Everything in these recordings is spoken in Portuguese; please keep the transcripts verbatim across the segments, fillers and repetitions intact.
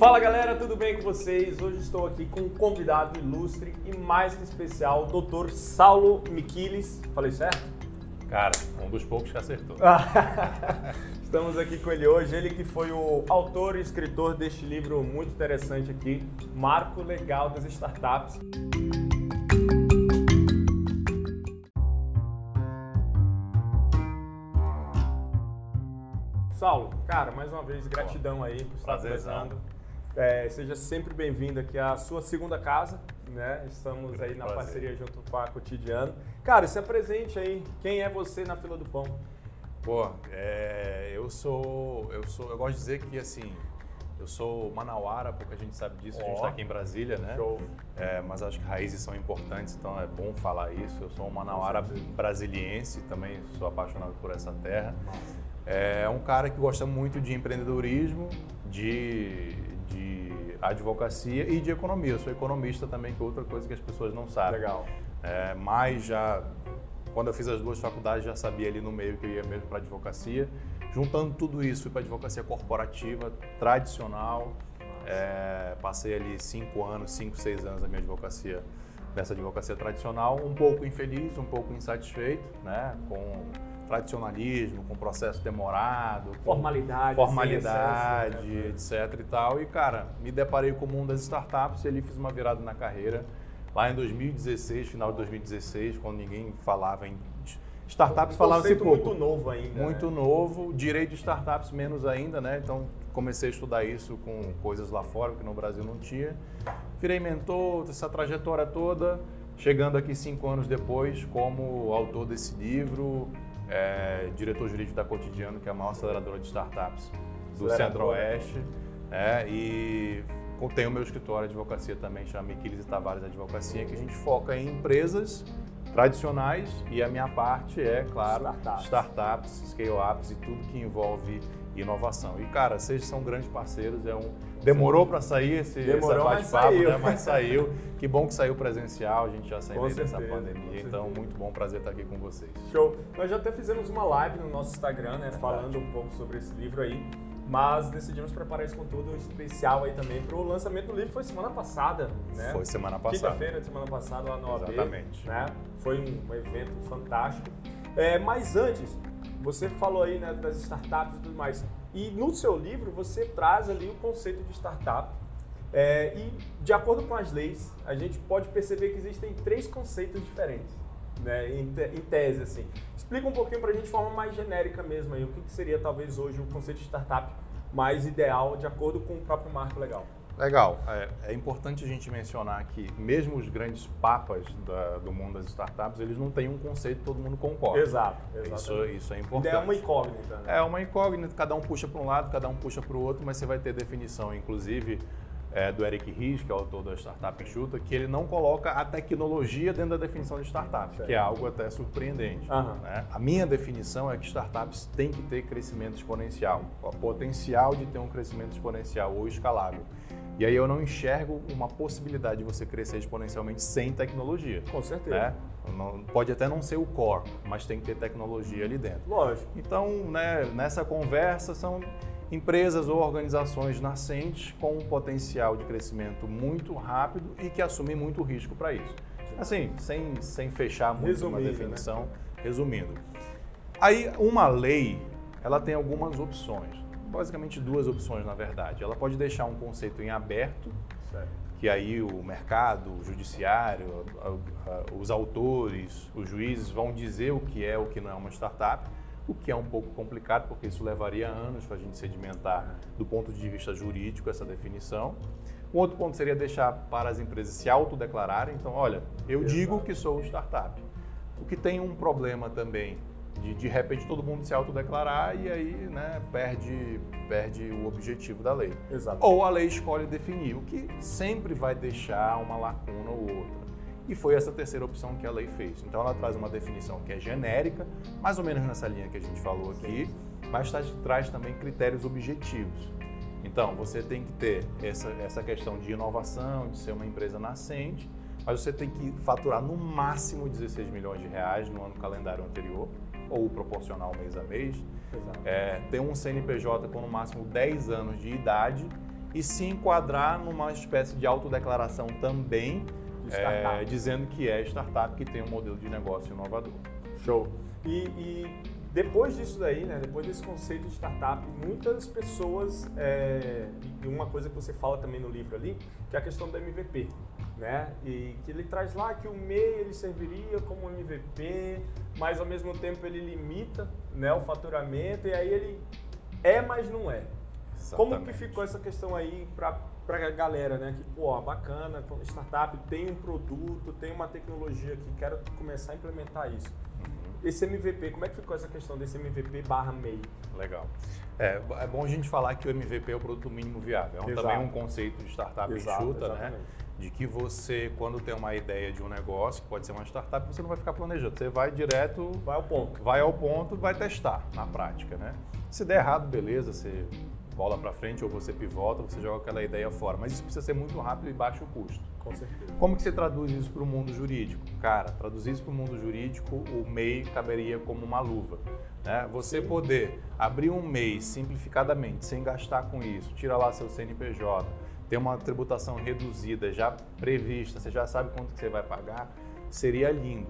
Fala galera, tudo bem com vocês? Hoje estou aqui com um convidado ilustre e mais que especial, doutor Saulo Miquiles. Falei certo? Cara, um dos poucos que acertou. Estamos aqui com ele hoje, ele que foi o autor e escritor deste livro muito interessante aqui, Marco Legal das Startups. Saulo, cara, mais uma vez, gratidão aí por estar conversando. É, seja sempre bem-vindo aqui à sua segunda casa, né? Estamos aí na prazer. parceria junto com a Cotidiano. Cara, se apresente aí, quem é você na fila do pão? Pô, é, eu sou, eu sou, eu gosto de dizer que assim, eu sou manauara, porque a gente sabe disso, oh, a gente está aqui em Brasília, né? Show. É, mas acho que raízes são importantes, então é bom falar isso. Eu sou um manauara brasiliense, também sou apaixonado por essa terra. É um cara que gosta muito de empreendedorismo, de, de advocacia e de economia. Eu sou economista também, que é outra coisa que as pessoas não sabem. Legal. É, mas já, quando eu fiz as duas faculdades, já sabia ali no meio que eu ia mesmo para advocacia. Juntando tudo isso, fui para advocacia corporativa, tradicional. É, passei ali cinco anos, cinco, seis anos da minha advocacia, nessa advocacia tradicional, um pouco infeliz, um pouco insatisfeito, né, com tradicionalismo, com processo demorado, com formalidade, formalidade, excesso, né? etc e tal. E, cara, me deparei com o mundo das startups e ali fiz uma virada na carreira. Lá em dois mil e dezesseis, final de dois mil e dezesseis, quando ninguém falava em startups, um falava-se pouco. muito novo ainda. Muito né? novo. Direito de startups menos ainda, né? Então, comecei a estudar isso com coisas lá fora, que no Brasil não tinha. Virei mentor, essa trajetória toda, chegando aqui cinco anos depois como autor desse livro, É, diretor jurídico da Cotidiano, que é a maior aceleradora de startups do Centro-Oeste, é, e tenho o meu escritório de advocacia também, chama Miquiles e Tavares Advocacia, que a gente foca em empresas tradicionais e a minha parte é, claro, startups, startups scale-ups e tudo que envolve inovação. E, cara, vocês são grandes parceiros, é um... demorou para sair esse, esse bate-papo, né? Mas saiu. Que bom que saiu presencial, a gente já saiu dessa pandemia, então muito bom, prazer estar aqui com vocês. Show! Nós já até fizemos uma live no nosso Instagram, né, falando um pouco sobre esse livro aí, mas decidimos preparar esse conteúdo especial aí também para o lançamento do livro, foi semana passada, né? Foi semana passada. Quinta-feira de semana passada lá no O A B. Exatamente. Né? Foi um evento fantástico. É, mas antes, você falou aí, né, das startups e tudo mais, e no seu livro você traz ali o conceito de startup. É, e de acordo com as leis, a gente pode perceber que existem três conceitos diferentes, né, em, te, em tese, assim. Explica um pouquinho pra gente de forma mais genérica mesmo aí, o que, que seria talvez hoje o conceito de startup mais ideal de acordo com o próprio marco legal. Legal. É, é importante a gente mencionar que mesmo os grandes papas da, do mundo das startups, eles não têm um conceito que todo mundo concorda. Exato. Isso, isso é importante. É uma incógnita, né? É uma incógnita, cada um puxa para um lado, cada um puxa para o outro, mas você vai ter definição, inclusive, é, do Eric Ries, que é o autor da Startup Enxuta, que ele não coloca a tecnologia dentro da definição de startup, certo, que é algo até surpreendente. Uhum. Né? A minha definição é que startups têm que ter crescimento exponencial, o potencial de ter um crescimento exponencial ou escalável. E aí eu não enxergo uma possibilidade de você crescer exponencialmente sem tecnologia. Com certeza. Né? Não, pode até não ser o core, mas tem que ter tecnologia ali dentro. Lógico. Então, né, nessa conversa são empresas ou organizações nascentes com um potencial de crescimento muito rápido e que assumem muito risco para isso. Assim, sem, sem fechar muito Resumindo, uma definição, né? Resumindo. Aí, uma lei, ela tem algumas opções. Basicamente duas opções, na verdade. Ela pode deixar um conceito em aberto, certo, que aí o mercado, o judiciário, os autores, os juízes vão dizer o que é o que não é uma startup, o que é um pouco complicado, porque isso levaria anos para a gente sedimentar do ponto de vista jurídico essa definição. Um outro ponto seria deixar para as empresas se autodeclararem. Então, olha, eu Exato. digo que sou startup. O que tem um problema também, de de repente todo mundo se autodeclarar e aí, né, perde, perde o objetivo da lei. Exato. Ou a lei escolhe definir, o que sempre vai deixar uma lacuna ou outra. E foi essa terceira opção que a lei fez. Então ela traz uma definição que é genérica, mais ou menos nessa linha que a gente falou aqui, mas traz também critérios objetivos. Então você tem que ter essa, essa questão de inovação, de ser uma empresa nascente, mas você tem que faturar no máximo dezesseis milhões de reais no ano calendário anterior, ou proporcional mês a mês, é, ter um C N P J com no máximo dez anos de idade e se enquadrar numa espécie de autodeclaração também, De é, dizendo que é startup, que tem um modelo de negócio inovador. Show. E, e depois disso daí, né, depois desse conceito de startup, muitas pessoas, é, e uma coisa que você fala também no livro ali, que é a questão do M V P, né? E que ele traz lá que o M E I ele serviria como M V P, mas ao mesmo tempo ele limita, né, o faturamento, e aí ele é, mas não é. Exatamente. Como que ficou essa questão aí para para a galera, né? Que, pô, bacana, startup tem um produto, tem uma tecnologia aqui, quero começar a implementar isso. Uhum. Esse M V P, como é que ficou essa questão desse M V P barra M E I? Legal. É, é bom a gente falar que o M V P é o produto mínimo viável. É um, também um conceito de startup Exato, enxuta, exatamente. né? De que você, quando tem uma ideia de um negócio, que pode ser uma startup, você não vai ficar planejando. Você vai direto... Vai ao ponto. Vai ao ponto, vai testar na prática, né? Se der errado, beleza, você bola para frente ou você pivota, você joga aquela ideia fora. Mas isso precisa ser muito rápido e baixo custo. Com certeza. Como que você traduz isso para o mundo jurídico? Cara, traduzir isso para o mundo jurídico, o M E I caberia como uma luva. Né? Você Sim. poder abrir um M E I simplificadamente, sem gastar com isso, tira lá seu C N P J, ter uma tributação reduzida, já prevista, você já sabe quanto que você vai pagar, seria lindo.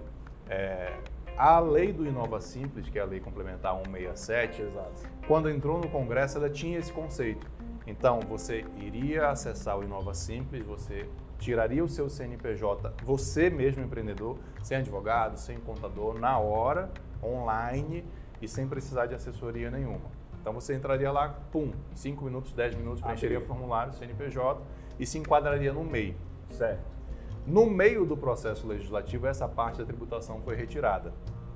É, a lei do Inova Simples, que é a lei complementar cento e sessenta e sete, Exato. quando entrou no Congresso, ela tinha esse conceito. Então, você iria acessar o Inova Simples, você tiraria o seu C N P J, você mesmo empreendedor, sem advogado, sem contador, na hora, online e sem precisar de assessoria nenhuma. Então, você entraria lá, pum, cinco minutos, dez minutos, preencheria o formulário, C N P J e se enquadraria no M E I. Certo. No meio do processo legislativo, essa parte da tributação foi retirada.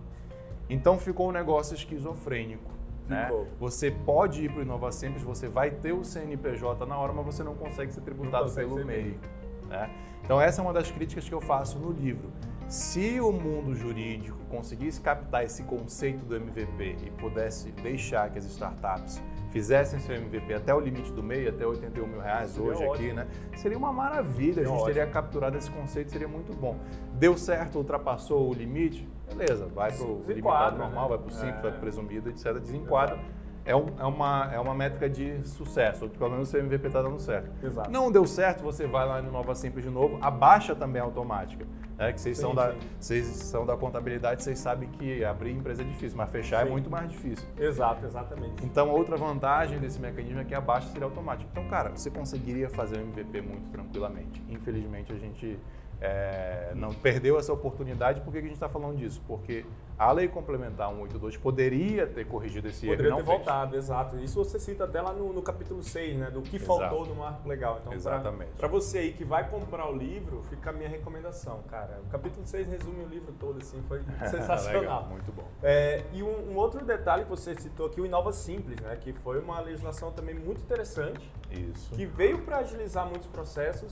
Então, ficou um negócio esquizofrênico. Né? Você pode ir para o Inova Simples, você vai ter o C N P J na hora, mas você não consegue ser tributado consegue pelo ser M E I. Né? Então, essa é uma das críticas que eu faço no livro. Se o mundo jurídico conseguisse captar esse conceito do M V P e pudesse deixar que as startups fizessem seu M V P até o limite do M E I, até oitenta e um mil reais seria hoje ótimo. Aqui, né? Seria uma maravilha, seria a gente ótimo. teria capturado esse conceito, seria muito bom. Deu certo, ultrapassou o limite, beleza, vai para o limitado normal, né? vai para o simples, é. vai para o presumido, etcétera, desenquadra. É, um, é, uma, é uma métrica de sucesso, pelo menos o seu M V P está dando certo. Exato. Não deu certo, você vai lá no Inova Simples de novo, abaixa também a automática. Né? Que vocês, Sim, são da, sim. vocês são da contabilidade, vocês sabem que abrir empresa é difícil, mas fechar Sim. é muito mais difícil. Exato, exatamente. Então, outra vantagem desse mecanismo é que abaixa seria automático. Então, cara, você conseguiria fazer o M V P muito tranquilamente. Infelizmente, a gente é, não perdeu essa oportunidade. Por que a gente está falando disso? Porque a Lei Complementar cento e oitenta e dois poderia ter corrigido esse erro. Poderia não ter fez. voltado, exato. Isso você cita até lá no, no capítulo seis, né? Do que Exato. faltou no marco legal. Então, Exatamente. para você aí que vai comprar o livro, fica a minha recomendação, cara. O capítulo seis resume o livro todo, assim, foi sensacional. Legal, muito bom. É, e um, um outro detalhe que você citou aqui, o Inova Simples, né? Que foi uma legislação também muito interessante. Isso. Que veio para agilizar muitos processos,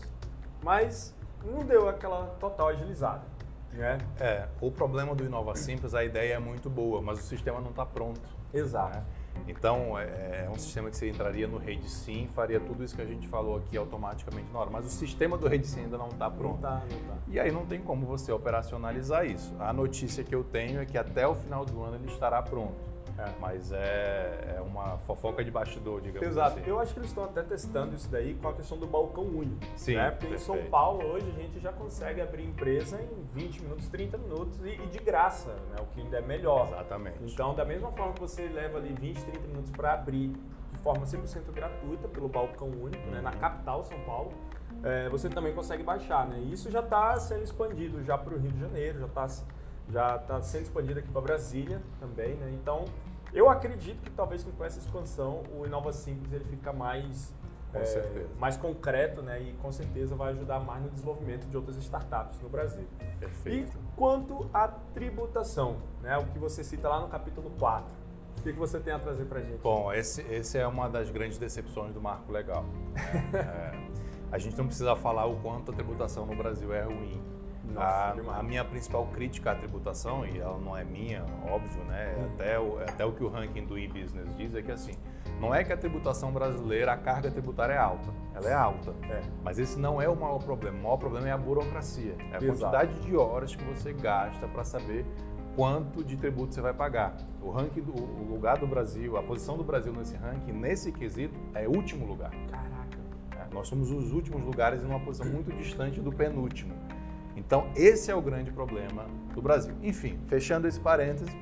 mas não deu aquela total agilizada. Né? É, o problema do Inova Simples, a ideia é muito boa, mas o sistema não está pronto. Exato. Né? Então, é, é um sistema que você entraria no RateSim, faria tudo isso que a gente falou aqui automaticamente na hora, mas o sistema do RateSim ainda não está pronto. Não tá, não tá. E aí não tem como você operacionalizar isso. A notícia que eu tenho é que até o final do ano ele estará pronto. É. Mas é, é uma fofoca de bastidor, digamos Exato. assim. Eu acho que eles estão até testando isso daí com a questão do balcão único. Sim, né? Porque perfeito. em São Paulo hoje a gente já consegue abrir empresa em vinte minutos, trinta minutos e, e de graça, né? O que ainda é melhor. Exatamente. Então, da mesma forma que você leva ali vinte, trinta minutos para abrir de forma cem por cento gratuita pelo balcão único, uhum. né? Na capital, São Paulo, é, você também consegue baixar, né? E isso já está sendo expandido já para o Rio de Janeiro, já está já tá sendo expandido aqui para Brasília também, né? Então, eu acredito que talvez com essa expansão o Inova Simples ele fica mais, com é, certeza. mais concreto, né? E com certeza vai ajudar mais no desenvolvimento de outras startups no Brasil. Perfeito. E quanto à tributação, né? O que você cita lá no capítulo quatro, o que você tem a trazer para a gente? Bom, esse, esse é uma das grandes decepções do Marco Legal. Né? é, a gente não precisa falar o quanto a tributação no Brasil é ruim. Nossa, a, a minha principal crítica à tributação, e ela não é minha, óbvio, né? Hum. Até, o, até o que o ranking do e-business diz é que assim, não é que a tributação brasileira, a carga tributária é alta, ela é alta, É. mas esse não é o maior problema, o maior problema é a burocracia, é a Exato. quantidade de horas que você gasta para saber quanto de tributo você vai pagar. O ranking, do, o lugar do Brasil, a posição do Brasil nesse ranking, nesse quesito, é último lugar. Caraca. Nós somos os últimos lugares em uma posição muito distante do penúltimo. Então, esse é o grande problema do Brasil. Enfim, fechando esse parênteses,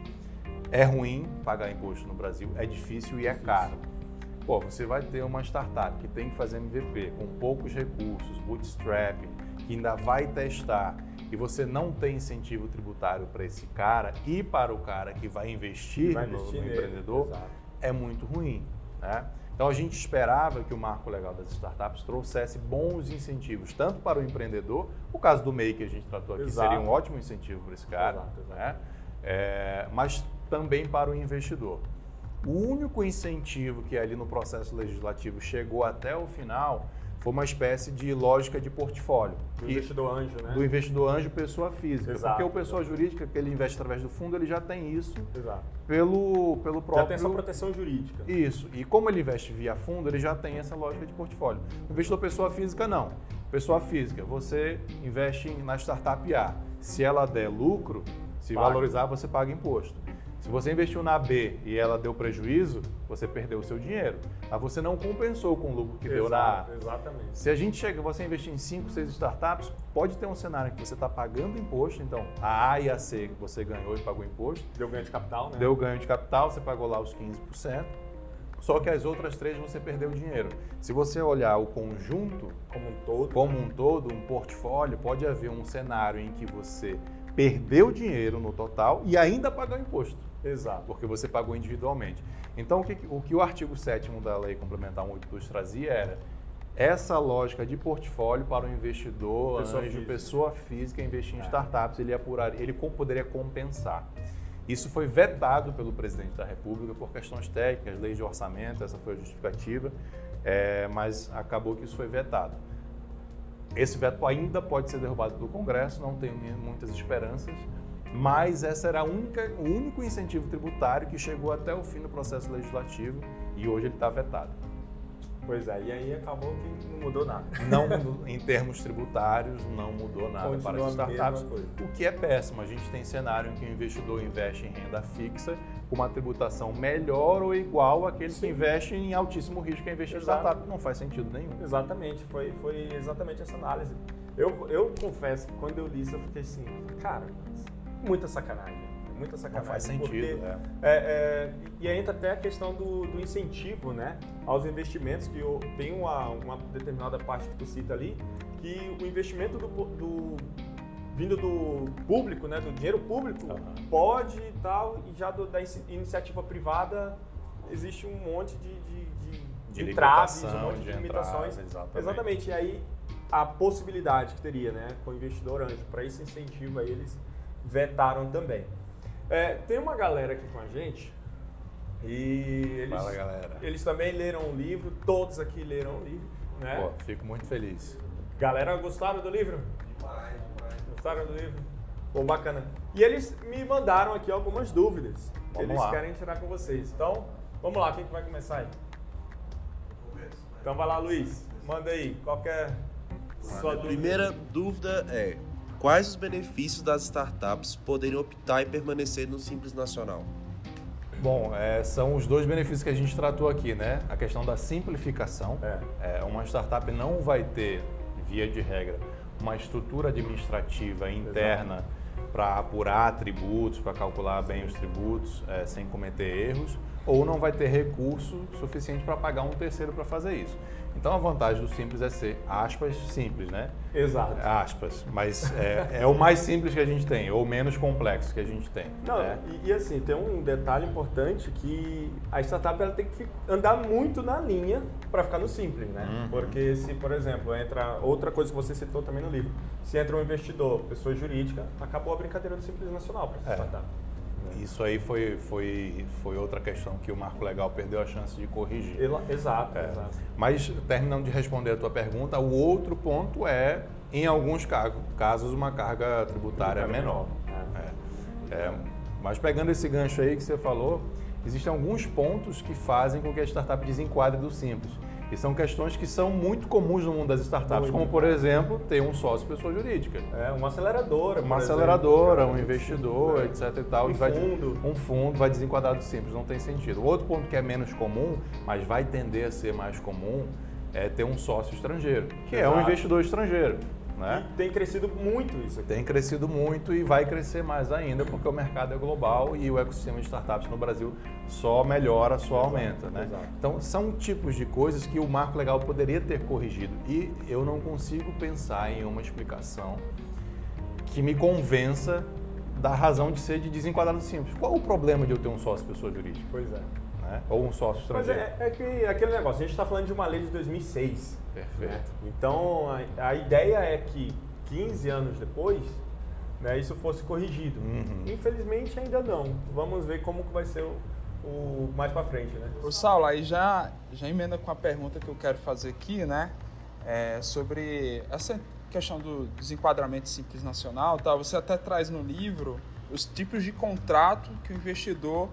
é ruim pagar imposto no Brasil, é difícil e é caro. Pô, você vai ter uma startup que tem que fazer M V P com poucos recursos, bootstrapping, que ainda vai testar, e você não tem incentivo tributário para esse cara e para o cara que vai investir, vai investir no, no empreendedor, exato, é muito ruim, né? Então a gente esperava que o Marco Legal das Startups trouxesse bons incentivos, tanto para o empreendedor, o caso do M E I que a gente tratou aqui, exato, seria um ótimo incentivo para esse cara, exato, exato, né? É, mas também para o investidor. O único incentivo que ali no processo legislativo chegou até o final foi uma espécie de lógica de portfólio. Do investidor anjo, né? Do investidor anjo, pessoa física. Exato. Porque o pessoa jurídica, que ele investe através do fundo, ele já tem isso, exato, pelo, pelo próprio... Já tem essa proteção jurídica. Isso. E como ele investe via fundo, ele já tem essa lógica de portfólio. O investidor pessoa física, não. Pessoa física, você investe na startup A. Se ela der lucro, se paga, valorizar, você paga imposto. Se você investiu na B e ela deu prejuízo, você perdeu o seu dinheiro. Mas você não compensou com o lucro que, exato, deu na A. Exatamente. Se a gente chega, você investir em cinco, seis startups, pode ter um cenário que você está pagando imposto. Então, a A e a C que você ganhou e pagou imposto. Deu ganho de capital, né? Deu ganho de capital, você pagou lá os quinze por cento. Só que as outras três você perdeu o dinheiro. Se você olhar o conjunto, como um todo, como um todo, um portfólio, pode haver um cenário em que você perdeu dinheiro no total e ainda pagou imposto. Exato. Porque você pagou individualmente. Então, o que o, que o artigo sétimo da Lei Complementar cento e oitenta e dois trazia era essa lógica de portfólio para o investidor, pessoa anjo, física. pessoa física, investir em é. startups, ele, apurar, ele poderia compensar. Isso foi vetado pelo presidente da República por questões técnicas, lei de orçamento, essa foi a justificativa, é, mas acabou que isso foi vetado. Esse veto ainda pode ser derrubado pelo Congresso, não tenho muitas esperanças, mas essa era a única, o único incentivo tributário que chegou até o fim do processo legislativo e hoje ele está vetado. Pois é, e aí acabou que não mudou nada. Não, em termos tributários, não mudou nada Continua para as startups, o que é péssimo. A gente tem cenário em que o investidor investe em renda fixa com uma tributação melhor ou igual àquele Sim. que investe em altíssimo risco, que é investir em startup. Não faz sentido nenhum. Exatamente, foi, foi exatamente essa análise. Eu, eu confesso que quando eu li isso, eu fiquei assim, cara, muita sacanagem. Muita sacanagem. Não faz sentido, porque, né? É, é, e aí entra até a questão do, do incentivo, né, aos investimentos, que eu, tem uma, uma determinada parte que tu cita ali, que o investimento do, do vindo do público, né, do dinheiro público, uhum. pode e tal, e já do, da iniciativa privada existe um monte de, de, de, de de traves, um monte de, de limitações. Entrada, exatamente. exatamente. E aí a possibilidade que teria, né, com o investidor anjo, para esse incentivo aí eles vetaram também. É, tem uma galera aqui com a gente e eles, Fala, galera. eles também leram o livro, todos aqui leram o livro, né? Pô, fico muito feliz. Galera, gostaram do livro? Demais, demais. Gostaram do livro? Bom, bacana. E eles me mandaram aqui algumas dúvidas que vamos eles lá. querem tirar com vocês. Então, vamos lá, quem que vai começar aí? Então vai lá, Luiz, manda aí, qual que é a sua dúvida? Primeira dúvida é: quais os benefícios das startups poderiam optar e permanecer no Simples Nacional? Bom, é, são os dois benefícios que a gente tratou aqui, né? A questão da simplificação. É. É, uma startup não vai ter, via de regra, uma estrutura administrativa interna para apurar tributos, para calcular bem os tributos, é, sem cometer erros, ou não vai ter recurso suficiente para pagar um terceiro para fazer isso. Então a vantagem do Simples é ser, aspas, simples, né? Exato. Aspas, mas é, é o mais simples que a gente tem, ou menos complexo que a gente tem. Não, né? e, e assim, tem um detalhe importante que a startup ela tem que andar muito na linha para ficar no Simples, né? Uhum. Porque se, por exemplo, entra outra coisa que você citou também no livro, se entra um investidor, pessoa jurídica, acabou a brincadeira do Simples Nacional para essa É. startup. Isso aí foi, foi, foi outra questão que o Marco Legal perdeu a chance de corrigir. Exato, É. exato. Mas, terminando de responder a tua pergunta, o outro ponto é, em alguns casos, uma carga tributária menor. É. É. Mas pegando esse gancho aí que você falou, existem alguns pontos que fazem com que a startup desenquadre do Simples. E são questões que são muito comuns no mundo das startups, Muito. como, por exemplo, ter um sócio pessoa jurídica. É, uma aceleradora, Uma por aceleradora, exemplo. um investidor, É. etc e tal. Um e vai, fundo. Um fundo vai desenquadrar do Simples, não tem sentido. Outro ponto que é menos comum, mas vai tender a ser mais comum, é ter um sócio estrangeiro, que Exato. é um investidor estrangeiro. Né? E tem crescido muito isso aqui. Tem crescido muito e vai crescer mais ainda, porque o mercado é global e o ecossistema de startups no Brasil só melhora, só Exato, aumenta. Né? exato. Então, são tipos de coisas que o marco legal poderia ter corrigido e eu não consigo pensar em uma explicação que me convença da razão de ser de desenquadrado simples. Qual o problema de eu ter um sócio pessoa jurídica? Pois é. Né? Ou um sócio Mas estrangeiro? é, é que é aquele negócio, a gente está falando de uma lei de dois mil e seis. Perfeito. Né? Então, a, a ideia é que quinze anos depois, né, isso fosse corrigido. Uhum. Infelizmente ainda não. Vamos ver como que vai ser o, o mais para frente, né? Ô Saulo, aí já, já emenda com a pergunta que eu quero fazer aqui, né? É, sobre essa questão do desenquadramento simples nacional, tá? Você até traz no livro os tipos de contrato que o investidor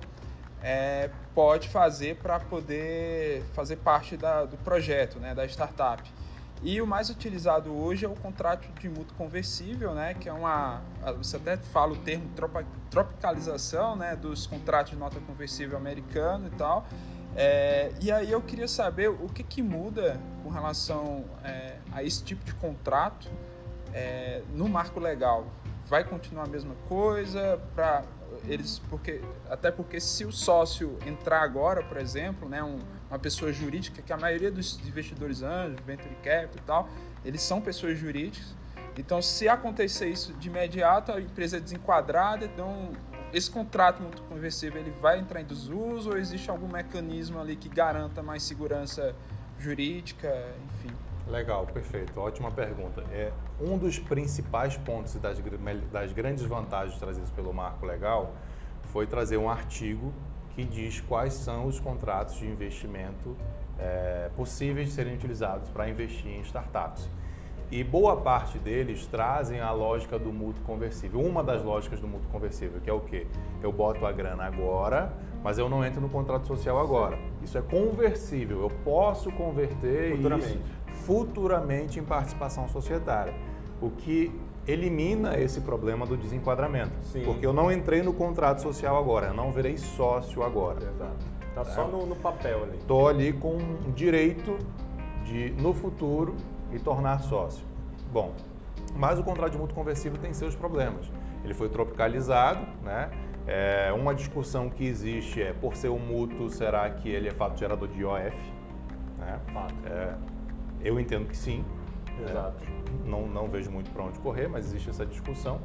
é, pode fazer para poder fazer parte da, do projeto, né, da startup. E o mais utilizado hoje é o contrato de mútuo conversível, né, que é uma, você até fala o termo tropa, tropicalização, né, dos contratos de nota conversível americano e tal. É, e aí eu queria saber o que, que muda com relação é, a esse tipo de contrato é, no marco legal. Vai continuar a mesma coisa para eles, porque até porque se o sócio entrar agora, por exemplo, né, um, uma pessoa jurídica, que a maioria dos investidores anjos, venture capital e tal, eles são pessoas jurídicas. Então, se acontecer isso de imediato, a empresa é desenquadrada, então esse contrato mútuo conversível ele vai entrar em desuso ou existe algum mecanismo ali que garanta mais segurança jurídica, enfim? Legal, perfeito. Ótima pergunta. É, um dos principais pontos e das, das grandes vantagens trazidas pelo marco legal foi trazer um artigo que diz quais são os contratos de investimento é, possíveis de serem utilizados para investir em startups. E boa parte deles trazem a lógica do mútuo conversível. Uma das lógicas do mútuo conversível, que é o quê? Eu boto a grana agora, mas eu não entro no contrato social agora. Isso é conversível, eu posso converter futuramente. isso futuramente em participação societária, o que elimina esse problema do desenquadramento. Sim. Porque eu não entrei no contrato social agora, eu não virei sócio agora. Exato. Tá só no, no papel ali. Estou ali com o direito de, no futuro, me tornar sócio. Bom, mas o contrato de mútuo conversível tem seus problemas. Ele foi tropicalizado, né? É, uma discussão que existe é, por ser um mútuo, será que ele é fato gerador de I O F? Né? Fato. É, eu entendo que sim. Exato. É, não, não vejo muito para onde correr, mas existe essa discussão.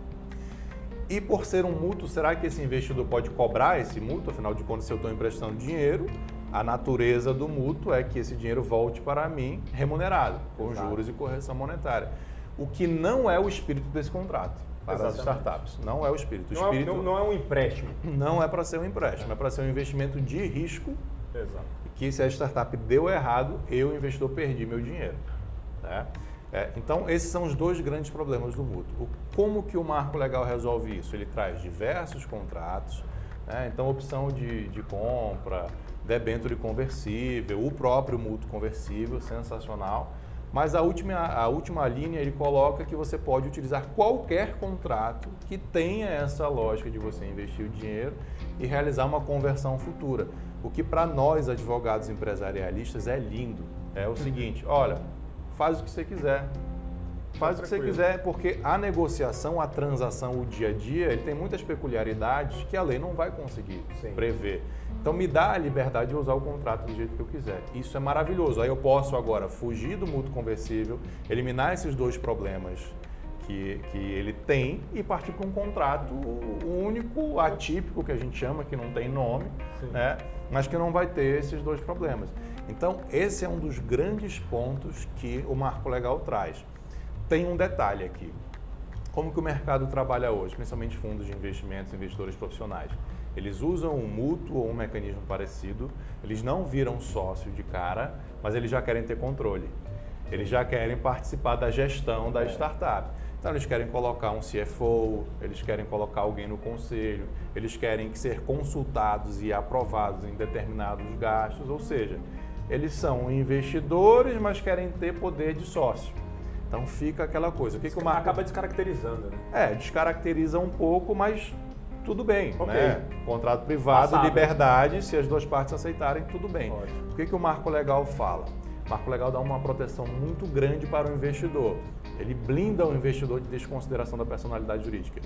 E por ser um mútuo, será que esse investidor pode cobrar esse mútuo? Afinal de contas, se eu estou emprestando dinheiro, a natureza do mútuo é que esse dinheiro volte para mim remunerado, com Exato. juros e correção monetária. O que não é o espírito desse contrato para Exatamente. as startups. Não é o espírito. O Não, espírito é, não, não é um empréstimo. não é para ser um empréstimo, é para ser um investimento de risco. Exato. Que se a startup deu errado, eu, investidor, perdi meu dinheiro. Né? É, então, esses são os dois grandes problemas do mútuo. O, como que o marco legal resolve isso? Ele traz diversos contratos, né? Então opção de, de compra, debênture conversível, o próprio mútuo conversível, sensacional. Mas a última, a última linha ele coloca que você pode utilizar qualquer contrato que tenha essa lógica de você investir o dinheiro e realizar uma conversão futura. O que para nós, advogados empresarialistas, é lindo. É o seguinte, olha, faz o que você quiser. Faz o que você quiser, porque a negociação, a transação, o dia a dia, ele tem muitas peculiaridades que a lei não vai conseguir Sim. prever. Então me dá a liberdade de usar o contrato do jeito que eu quiser. Isso é maravilhoso. Aí eu posso agora fugir do mútuo conversível, eliminar esses dois problemas que, que ele tem e partir para um contrato único, atípico, que a gente chama, que não tem nome, né? Mas que não vai ter esses dois problemas. Então esse é um dos grandes pontos que o marco legal traz. Tem um detalhe aqui. Como que o mercado trabalha hoje, principalmente fundos de investimentos, investidores profissionais? Eles usam um mútuo ou um mecanismo parecido, eles não viram sócio de cara, mas eles já querem ter controle. Eles já querem participar da gestão da startup. Então eles querem colocar um C F O, eles querem colocar alguém no conselho, eles querem ser consultados e aprovados em determinados gastos, ou seja, eles são investidores, mas querem ter poder de sócio. Então fica aquela coisa. O que que o marco... Acaba descaracterizando, né? É, descaracteriza um pouco, mas tudo bem, Ok. né? Contrato privado, Passável. liberdade, se as duas partes aceitarem, tudo bem. Ótimo. O que que o marco legal fala? O marco legal dá uma proteção muito grande para o investidor. Ele blinda o investidor de desconsideração da personalidade jurídica,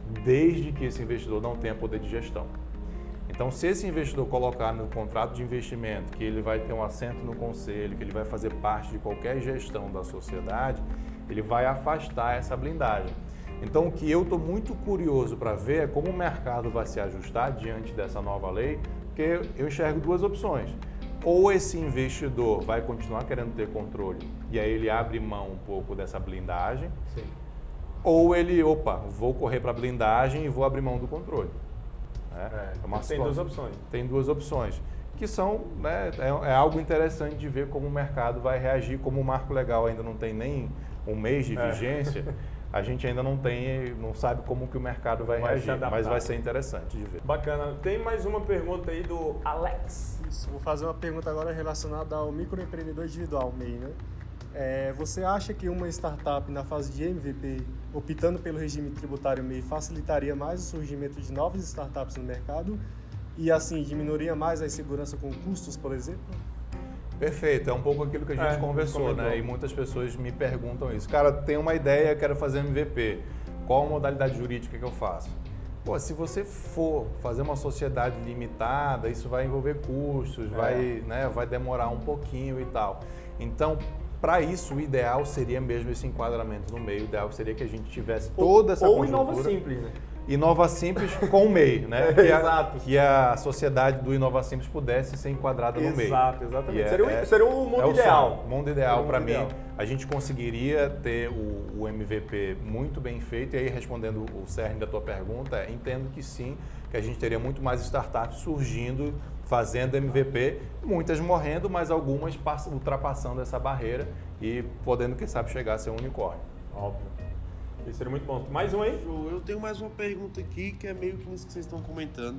desde que esse investidor não tenha poder de gestão. Então, se esse investidor colocar no contrato de investimento que ele vai ter um assento no conselho, que ele vai fazer parte de qualquer gestão da sociedade, ele vai afastar essa blindagem. Então, o que eu estou muito curioso para ver é como o mercado vai se ajustar diante dessa nova lei, porque eu enxergo duas opções. Ou esse investidor vai continuar querendo ter controle e aí ele abre mão um pouco dessa blindagem, Sim. ou ele, opa, vou correr para a blindagem e vou abrir mão do controle. É, É, é uma tem situação, duas opções. Tem duas opções, que são, né, é, é algo interessante de ver como o mercado vai reagir, como o marco legal ainda não tem nem um mês de vigência, é. a gente ainda não tem, não sabe como que o mercado vai, vai reagir, mas vai ser interessante de ver. Bacana. Tem mais uma pergunta aí do Alex. Isso, vou fazer uma pergunta agora relacionada ao microempreendedor individual, M E I, né? É, você acha que uma startup na fase de M V P, optando pelo regime tributário M E I, facilitaria mais o surgimento de novas startups no mercado e, assim, diminuiria mais a insegurança com custos, por exemplo? Perfeito, é um pouco aquilo que a gente é, conversou, né? E muitas pessoas me perguntam isso. Cara, tenho uma ideia, quero fazer M V P. Qual a modalidade jurídica que eu faço? Pô, se você for fazer uma sociedade limitada, isso vai envolver custos, é. vai, né, vai demorar um pouquinho e tal. Então, para isso, o ideal seria mesmo esse enquadramento no meio. O ideal seria que a gente tivesse toda essa ou conjuntura. Inova Simples, né? Inova Simples com o M E I, né? Que, Exato. A, que a sociedade do Inova Simples pudesse ser enquadrada no M E I. Exato, exatamente. É, seria, um, é, seria um mundo é o ideal. Sonho, mundo ideal para mim. ideal. A gente conseguiria ter o, o M V P muito bem feito. E aí, respondendo o cerne da tua pergunta, entendo que sim, que a gente teria muito mais startups surgindo, fazendo M V P, muitas morrendo, mas algumas ultrapassando essa barreira e podendo, quem sabe, chegar a ser um unicórnio. Óbvio. Isso seria muito bom. Mais um aí? Eu tenho mais uma pergunta aqui que é meio que nisso que vocês estão comentando.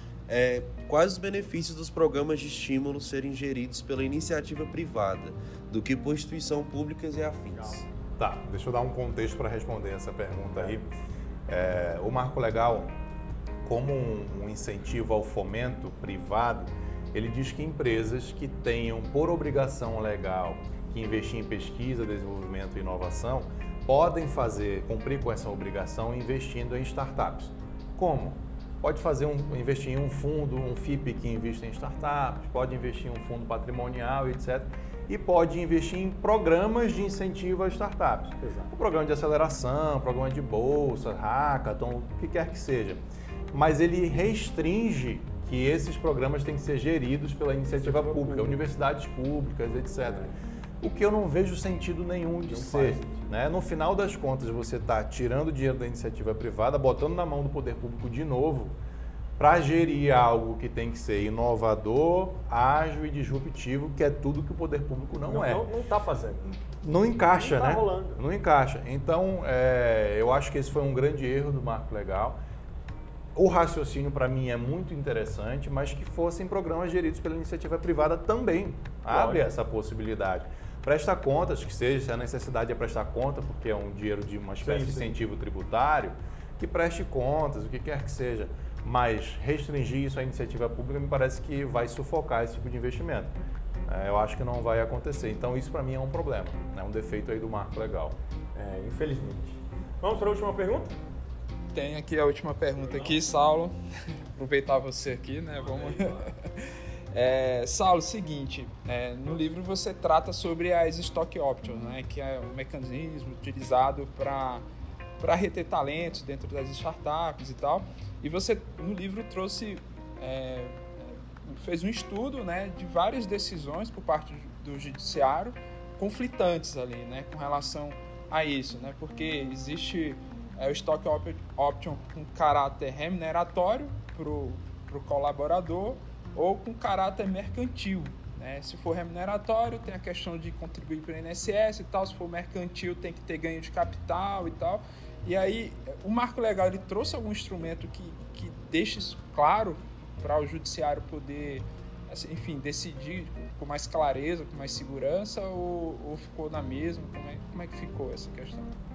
É, quais os benefícios dos programas de estímulo serem geridos pela iniciativa privada do que por instituições públicas e afins? Tá, deixa eu dar um contexto para responder essa pergunta aí. É, o Marco Legal, como um, um incentivo ao fomento privado, ele diz que empresas que tenham por obrigação legal que investir em pesquisa, desenvolvimento e inovação podem fazer, cumprir com essa obrigação investindo em startups. Como? Pode fazer um, investir em um fundo, um F I P que investe em startups, pode investir em um fundo patrimonial, etcétera. E pode investir em programas de incentivo a startups. Exato. Um programa de aceleração, programa de bolsa, hackathon, o que quer que seja. Mas ele restringe que esses programas têm que ser geridos pela iniciativa pública, pública, universidades públicas, etcétera. É. O que eu não vejo sentido nenhum de não ser. Né? No final das contas, você está tirando o dinheiro da iniciativa privada, botando na mão do poder público de novo, para gerir algo que tem que ser inovador, ágil e disruptivo, que é tudo que o poder público não, não é. Não está fazendo. Não encaixa, não tá né? rolando. Não encaixa. Então, é, eu acho que esse foi um grande erro do Marco Legal. O raciocínio, para mim, é muito interessante, mas que fossem programas geridos pela iniciativa privada também. Abre Lógico. essa possibilidade. Presta contas, que seja, se a necessidade é prestar conta, porque é um dinheiro de uma espécie sim, sim. de incentivo tributário, que preste contas, o que quer que seja. Mas restringir isso à iniciativa pública me parece que vai sufocar esse tipo de investimento. É, eu acho que não vai acontecer. Então, isso para mim é um problema, é um defeito aí do Marco Legal. É, infelizmente. Vamos para a última pergunta? Tem aqui a última pergunta aqui, Saulo. Aproveitar você aqui, né? Vamos... É, Saulo, seguinte, é, no livro você trata sobre as stock options, né, que é um mecanismo utilizado para para reter talentos dentro das startups e tal. E você no livro trouxe, é, fez um estudo, né, de várias decisões por parte do judiciário conflitantes ali, né, com relação a isso, né, porque existe é, o stock option com caráter remuneratório para o colaborador ou com caráter mercantil, né? Se for remuneratório, tem a questão de contribuir para o I N S S e tal, se for mercantil, tem que ter ganho de capital e tal. E aí, o Marco Legal, ele trouxe algum instrumento que, que deixe isso claro para o judiciário poder, assim, enfim, decidir com mais clareza, com mais segurança, ou, ou ficou na mesma? Como é, como é que ficou essa questão?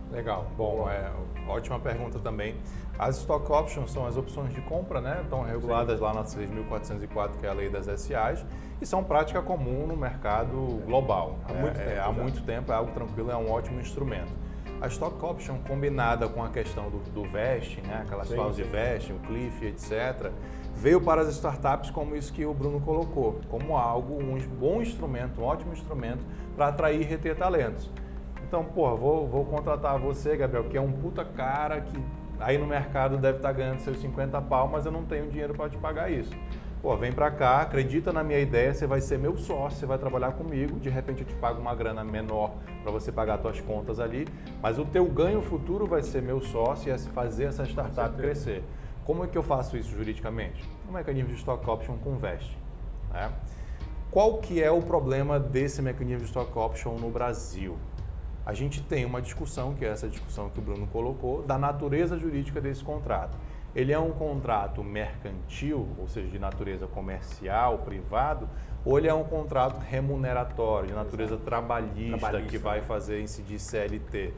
Legal. Bom, é, ótima pergunta também. As stock options são as opções de compra, né? Estão reguladas Sim. lá na seis mil quatrocentos e quatro, que é a lei das S As, e são prática comum no mercado global. Há é, muito tempo. É, há muito tempo, é algo tranquilo, é um ótimo instrumento. A stock option combinada com a questão do, do vesting, né? Aquelas Sim, cláusulas de vesting, o cliff, etcétera, veio para as startups como isso que o Bruno colocou, como algo, um bom instrumento, um ótimo instrumento para atrair e reter talentos. Então, pô, vou, vou contratar você, Gabriel, que é um puta cara que aí no mercado deve estar ganhando seus cinquenta pau, mas eu não tenho dinheiro para te pagar isso. Pô, vem para cá, acredita na minha ideia, você vai ser meu sócio, você vai trabalhar comigo, de repente eu te pago uma grana menor para você pagar as suas contas ali, mas o teu ganho futuro vai ser meu sócio e é fazer essa startup crescer. Como é que eu faço isso juridicamente? Um mecanismo de stock option com vesting, né? Qual que é o problema desse mecanismo de stock option no Brasil? A gente tem uma discussão, que é essa discussão que o Bruno colocou, da natureza jurídica desse contrato. Ele é um contrato mercantil, ou seja, de natureza comercial, privado, ou ele é um contrato remuneratório, de natureza trabalhista, trabalhista, que vai fazer incidir C L T.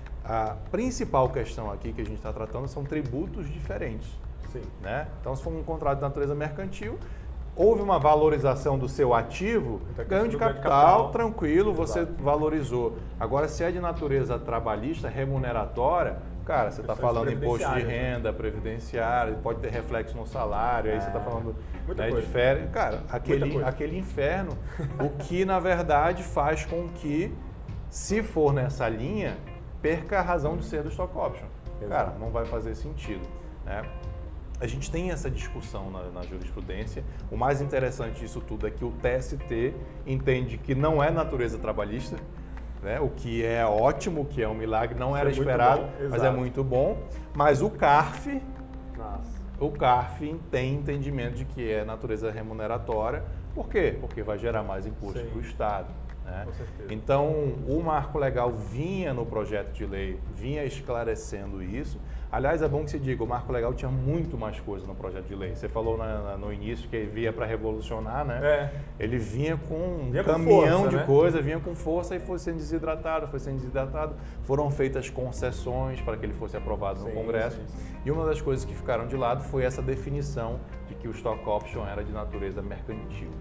A principal questão aqui que a gente está tratando são tributos diferentes. Sim. Né? Então, se for um contrato de natureza mercantil, houve uma valorização do seu ativo, ganho de capital, capital, tranquilo, você Exato. valorizou. Agora, se é de natureza trabalhista, remuneratória, cara, você está falando imposto de renda, previdenciário, pode ter reflexo no salário, é, aí você está falando né, de férias. Cara, aquele, aquele inferno, o que na verdade faz com que, se for nessa linha, perca a razão de ser do stock option. Exato. Cara, não vai fazer sentido, né? A gente tem essa discussão na, na jurisprudência. O mais interessante disso tudo é que o T S T entende que não é natureza trabalhista, né? O que é ótimo, o que é um milagre, não Isso era é esperado, mas é muito bom. Mas o CARF, Nossa. o CARF tem entendimento de que é natureza remuneratória. Por quê? Porque vai gerar mais imposto para o Estado. Né? Então, o marco legal vinha no projeto de lei, vinha esclarecendo isso. Aliás, é bom que se diga, o marco legal tinha muito mais coisa no projeto de lei. Você falou na, na, no início que ele vinha para revolucionar, né? É. Ele vinha com um vinha caminhão com força, de né? coisa, vinha com força e foi sendo desidratado, foi sendo desidratado. Foram feitas concessões para que ele fosse aprovado sim, no Congresso. Sim, sim. E uma das coisas que ficaram de lado foi essa definição de que o stock option era de natureza mercantil.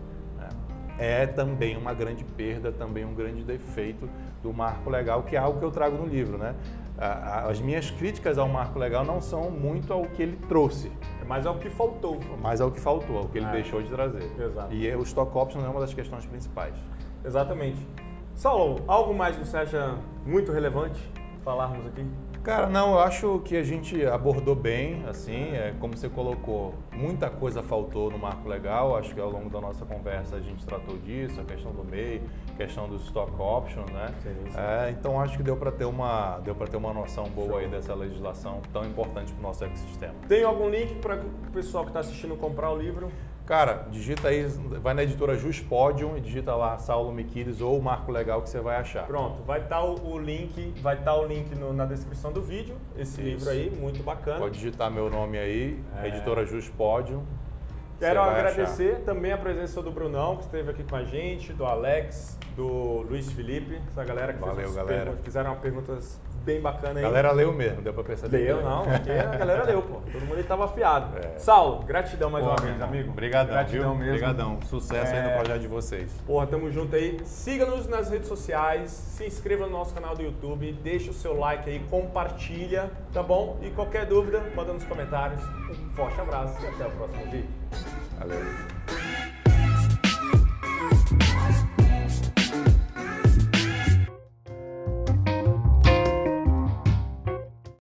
É também uma grande perda, também um grande defeito do marco legal, que é algo que eu trago no livro, né? As minhas críticas ao marco legal não são muito ao que ele trouxe. É mais ao que faltou. Mais ao que faltou, ao que ele é. deixou de trazer. Exato. E o stock option é uma das questões principais. Exatamente. Saulo, algo mais que você acha muito relevante falarmos aqui? Cara, não, eu acho que a gente abordou bem, assim, é, como você colocou, muita coisa faltou no marco legal, acho que ao longo da nossa conversa a gente tratou disso, a questão do M E I, a questão dos stock options, né? Sim, sim. É, então acho que deu para ter uma, deu para ter uma noção boa Show. aí dessa legislação tão importante para o nosso ecossistema. Tem algum link para o pessoal que está assistindo comprar o livro? Cara, digita aí, vai na editora Juspodium e digita lá Saulo Miquiles ou o Marco Legal que você vai achar. Pronto, vai estar o, o link, vai estar o link no, na descrição do vídeo, esse Isso. livro aí, muito bacana. Pode digitar meu nome aí, é. editora Juspodium. Quero agradecer achar. também a presença do Brunão, que esteve aqui com a gente, do Alex, do Luiz Felipe, essa galera que Valeu, fez galera. fizeram perguntas bem bacanas aí. A galera leu mesmo, deu pra perceber. Leu, não, aqui a galera leu, pô. Todo mundo estava afiado. É. Saulo, gratidão mais Pô, uma vez, amigo. Obrigadão, gratidão viu? mesmo. Obrigadão. Sucesso é... aí no projeto de vocês. Porra, tamo junto aí. Siga-nos nas redes sociais, se inscreva no nosso canal do YouTube, deixa o seu like aí, compartilha, tá bom? E qualquer dúvida, manda nos comentários. Um forte abraço e até o próximo vídeo. Valeu.